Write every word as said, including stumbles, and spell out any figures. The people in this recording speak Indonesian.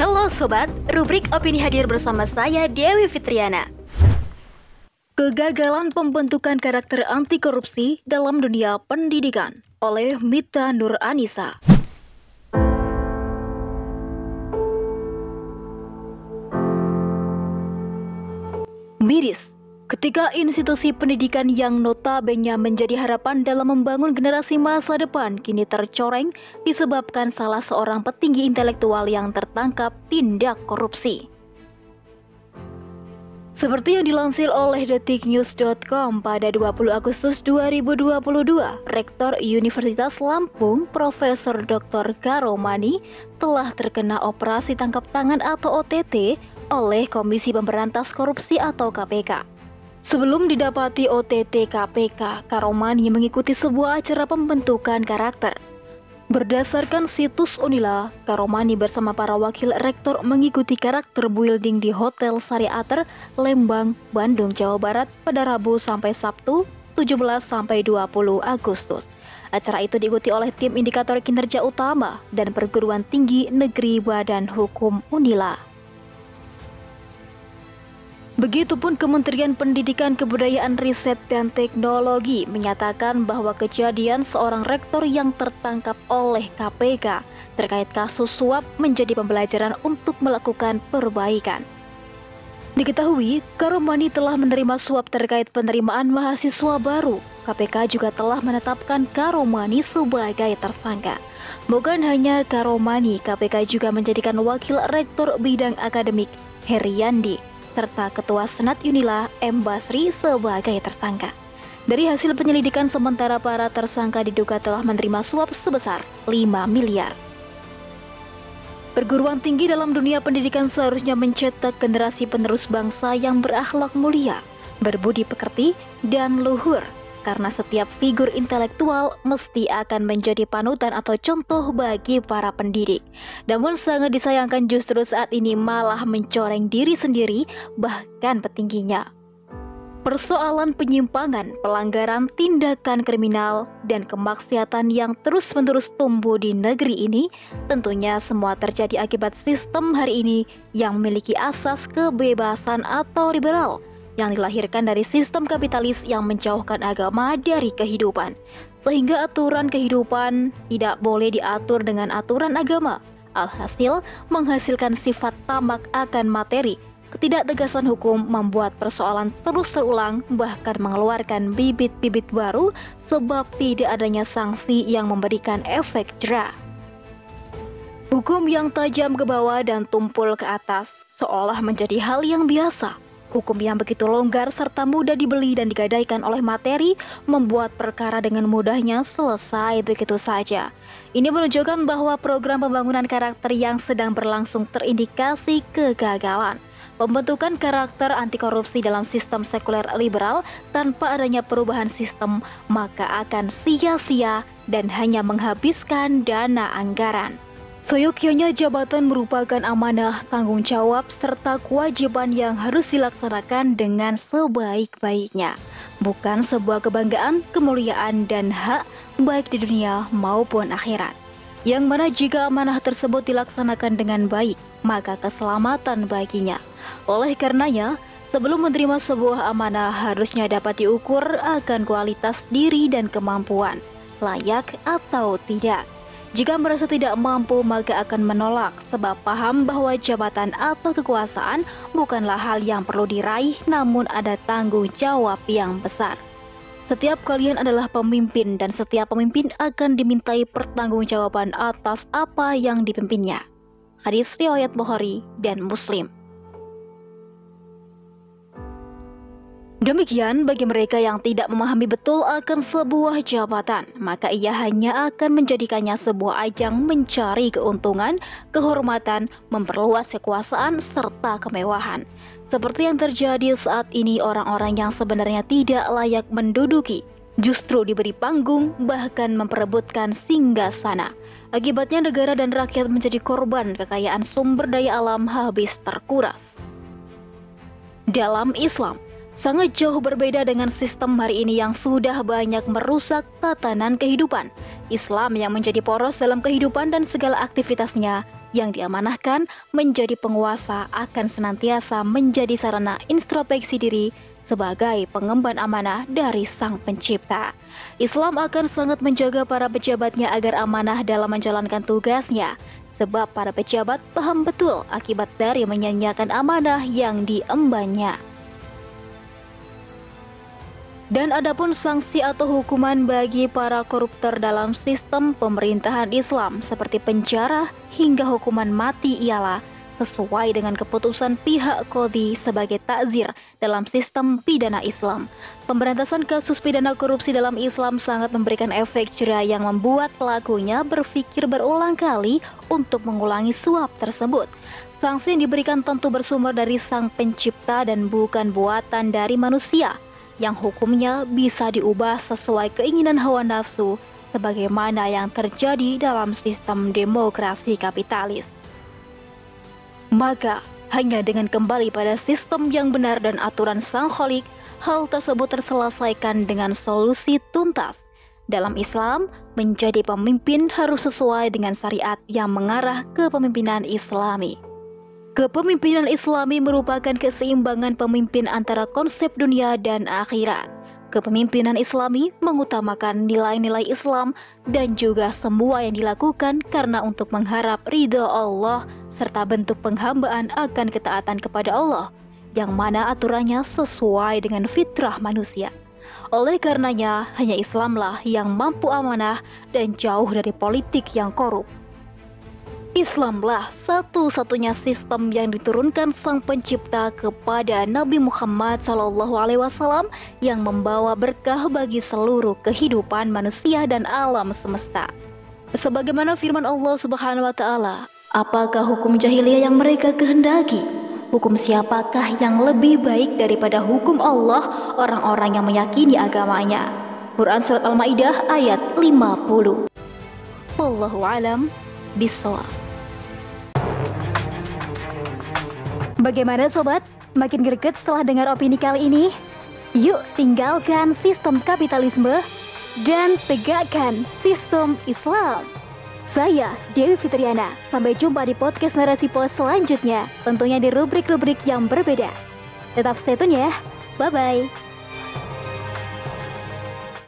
Halo Sobat, rubrik opini hadir bersama saya Dewi Fitriana. Kegagalan pembentukan karakter anti korupsi dalam dunia pendidikan oleh Mita Nur Anissa. Miris, ketika institusi pendidikan yang notabene menjadi harapan dalam membangun generasi masa depan kini tercoreng disebabkan salah seorang petinggi intelektual yang tertangkap tindak korupsi. Seperti yang dilansir oleh detiknews dot com pada dua puluh Agustus dua ribu dua puluh dua, Rektor Universitas Lampung, Profesor Doktor Karomani telah terkena operasi tangkap tangan atau O T T oleh Komisi Pemberantas Korupsi atau K P K. Sebelum didapati O T T K P K, Karomani mengikuti sebuah acara pembentukan karakter. Berdasarkan situs Unila, Karomani bersama para wakil rektor mengikuti karakter building di Hotel Sariater, Lembang, Bandung, Jawa Barat pada Rabu sampai Sabtu tujuh belas sampai dua puluh Agustus. Acara itu diikuti oleh tim indikator kinerja utama dan perguruan tinggi negeri Badan Hukum Unila. Begitupun Kementerian Pendidikan Kebudayaan Riset dan Teknologi menyatakan bahwa kejadian seorang rektor yang tertangkap oleh K P K terkait kasus suap menjadi pembelajaran untuk melakukan perbaikan. Diketahui, Karomani telah menerima suap terkait penerimaan mahasiswa baru. K P K juga telah menetapkan Karomani sebagai tersangka. Bukan hanya Karomani, K P K juga menjadikan wakil rektor bidang akademik Heriandi serta Ketua Senat Unila M. Basri sebagai tersangka. Dari hasil penyelidikan sementara, para tersangka diduga telah menerima suap sebesar lima miliar. Perguruan tinggi dalam dunia pendidikan seharusnya mencetak generasi penerus bangsa yang berakhlak mulia, berbudi pekerti, dan luhur. Karena setiap figur intelektual mesti akan menjadi panutan atau contoh bagi para pendidik. Namun sangat disayangkan justru saat ini malah mencoreng diri sendiri, bahkan petingginya. Persoalan penyimpangan, pelanggaran, tindakan kriminal, dan kemaksiatan yang terus-menerus tumbuh di negeri ini tentunya semua terjadi akibat sistem hari ini yang memiliki asas kebebasan atau liberal, yang dilahirkan dari sistem kapitalis yang menjauhkan agama dari kehidupan, sehingga aturan kehidupan tidak boleh diatur dengan aturan agama. Alhasil, menghasilkan sifat tamak akan materi. Ketidaktegasan hukum membuat persoalan terus terulang, bahkan mengeluarkan bibit-bibit baru sebab tidak adanya sanksi yang memberikan efek jera. Hukum yang tajam ke bawah dan tumpul ke atas seolah menjadi hal yang biasa. Hukum yang begitu longgar serta mudah dibeli dan digadaikan oleh materi membuat perkara dengan mudahnya selesai begitu saja. Ini menunjukkan bahwa program pembangunan karakter yang sedang berlangsung terindikasi kegagalan. Pembentukan karakter anti korupsi dalam sistem sekuler liberal tanpa adanya perubahan sistem maka akan sia-sia dan hanya menghabiskan dana anggaran. Seyogyanya jabatan merupakan amanah, tanggung jawab, serta kewajiban yang harus dilaksanakan dengan sebaik-baiknya. Bukan sebuah kebanggaan, kemuliaan, dan hak baik di dunia maupun akhirat. Yang mana jika amanah tersebut dilaksanakan dengan baik, maka keselamatan baginya. Oleh karenanya, sebelum menerima sebuah amanah harusnya dapat diukur akan kualitas diri dan kemampuan, layak atau tidak. Jika merasa tidak mampu maka akan menolak sebab paham bahwa jabatan atau kekuasaan bukanlah hal yang perlu diraih, namun ada tanggung jawab yang besar. Setiap kalian adalah pemimpin dan setiap pemimpin akan dimintai pertanggungjawaban atas apa yang dipimpinnya. Hadis riwayat Bukhari dan Muslim. Demikian bagi mereka yang tidak memahami betul akan sebuah jabatan, maka ia hanya akan menjadikannya sebuah ajang mencari keuntungan, kehormatan, memperluas kekuasaan, serta kemewahan. Seperti yang terjadi saat ini, orang-orang yang sebenarnya tidak layak menduduki justru diberi panggung, bahkan memperebutkan singgasana. Akibatnya negara dan rakyat menjadi korban kekayaan sumber daya alam habis terkuras. Dalam Islam, sangat jauh berbeda dengan sistem hari ini yang sudah banyak merusak tatanan kehidupan. Islam yang menjadi poros dalam kehidupan dan segala aktivitasnya yang diamanahkan menjadi penguasa akan senantiasa menjadi sarana introspeksi diri sebagai pengemban amanah dari Sang Pencipta. Islam akan sangat menjaga para pejabatnya agar amanah dalam menjalankan tugasnya, sebab para pejabat paham betul akibat dari menyanyiakan amanah yang diembannya. Dan adapun sanksi atau hukuman bagi para koruptor dalam sistem pemerintahan Islam seperti penjara hingga hukuman mati ialah sesuai dengan keputusan pihak qadhi sebagai takzir dalam sistem pidana Islam. Pemberantasan kasus pidana korupsi dalam Islam sangat memberikan efek jera yang membuat pelakunya berpikir berulang kali untuk mengulangi suap tersebut. Sanksi yang diberikan tentu bersumber dari Sang Pencipta dan bukan buatan dari manusia, yang hukumnya bisa diubah sesuai keinginan hawa nafsu sebagaimana yang terjadi dalam sistem demokrasi kapitalis. Maka, hanya dengan kembali pada sistem yang benar dan aturan Sang Khalik, hal tersebut terselesaikan dengan solusi tuntas. Dalam Islam, menjadi pemimpin harus sesuai dengan syariat yang mengarah ke pemimpinan Islami. Kepemimpinan Islami merupakan keseimbangan pemimpin antara konsep dunia dan akhirat. Kepemimpinan Islami mengutamakan nilai-nilai Islam dan juga semua yang dilakukan karena untuk mengharap ridha Allah serta bentuk penghambaan akan ketaatan kepada Allah, yang mana aturannya sesuai dengan fitrah manusia. Oleh karenanya, hanya Islamlah yang mampu amanah dan jauh dari politik yang korup. Islamlah satu-satunya sistem yang diturunkan Sang Pencipta kepada Nabi Muhammad shallallahu alaihi wasallam yang membawa berkah bagi seluruh kehidupan manusia dan alam semesta. Sebagaimana firman Allah Subhanahu wa taala, apakah hukum jahiliyah yang mereka kehendaki? Hukum siapakah yang lebih baik daripada hukum Allah orang-orang yang meyakini agamanya? Quran Surat Al-Ma'idah ayat lima puluh. Wallahu alam bishawab. Bagaimana sobat? Makin greget setelah dengar opini kali ini? Yuk tinggalkan sistem kapitalisme dan tegakkan sistem Islam. Saya Dewi Fitriana. Sampai jumpa di podcast Narasi Pos selanjutnya, tentunya di rubrik-rubrik yang berbeda. Tetap stay tune ya. Bye-bye.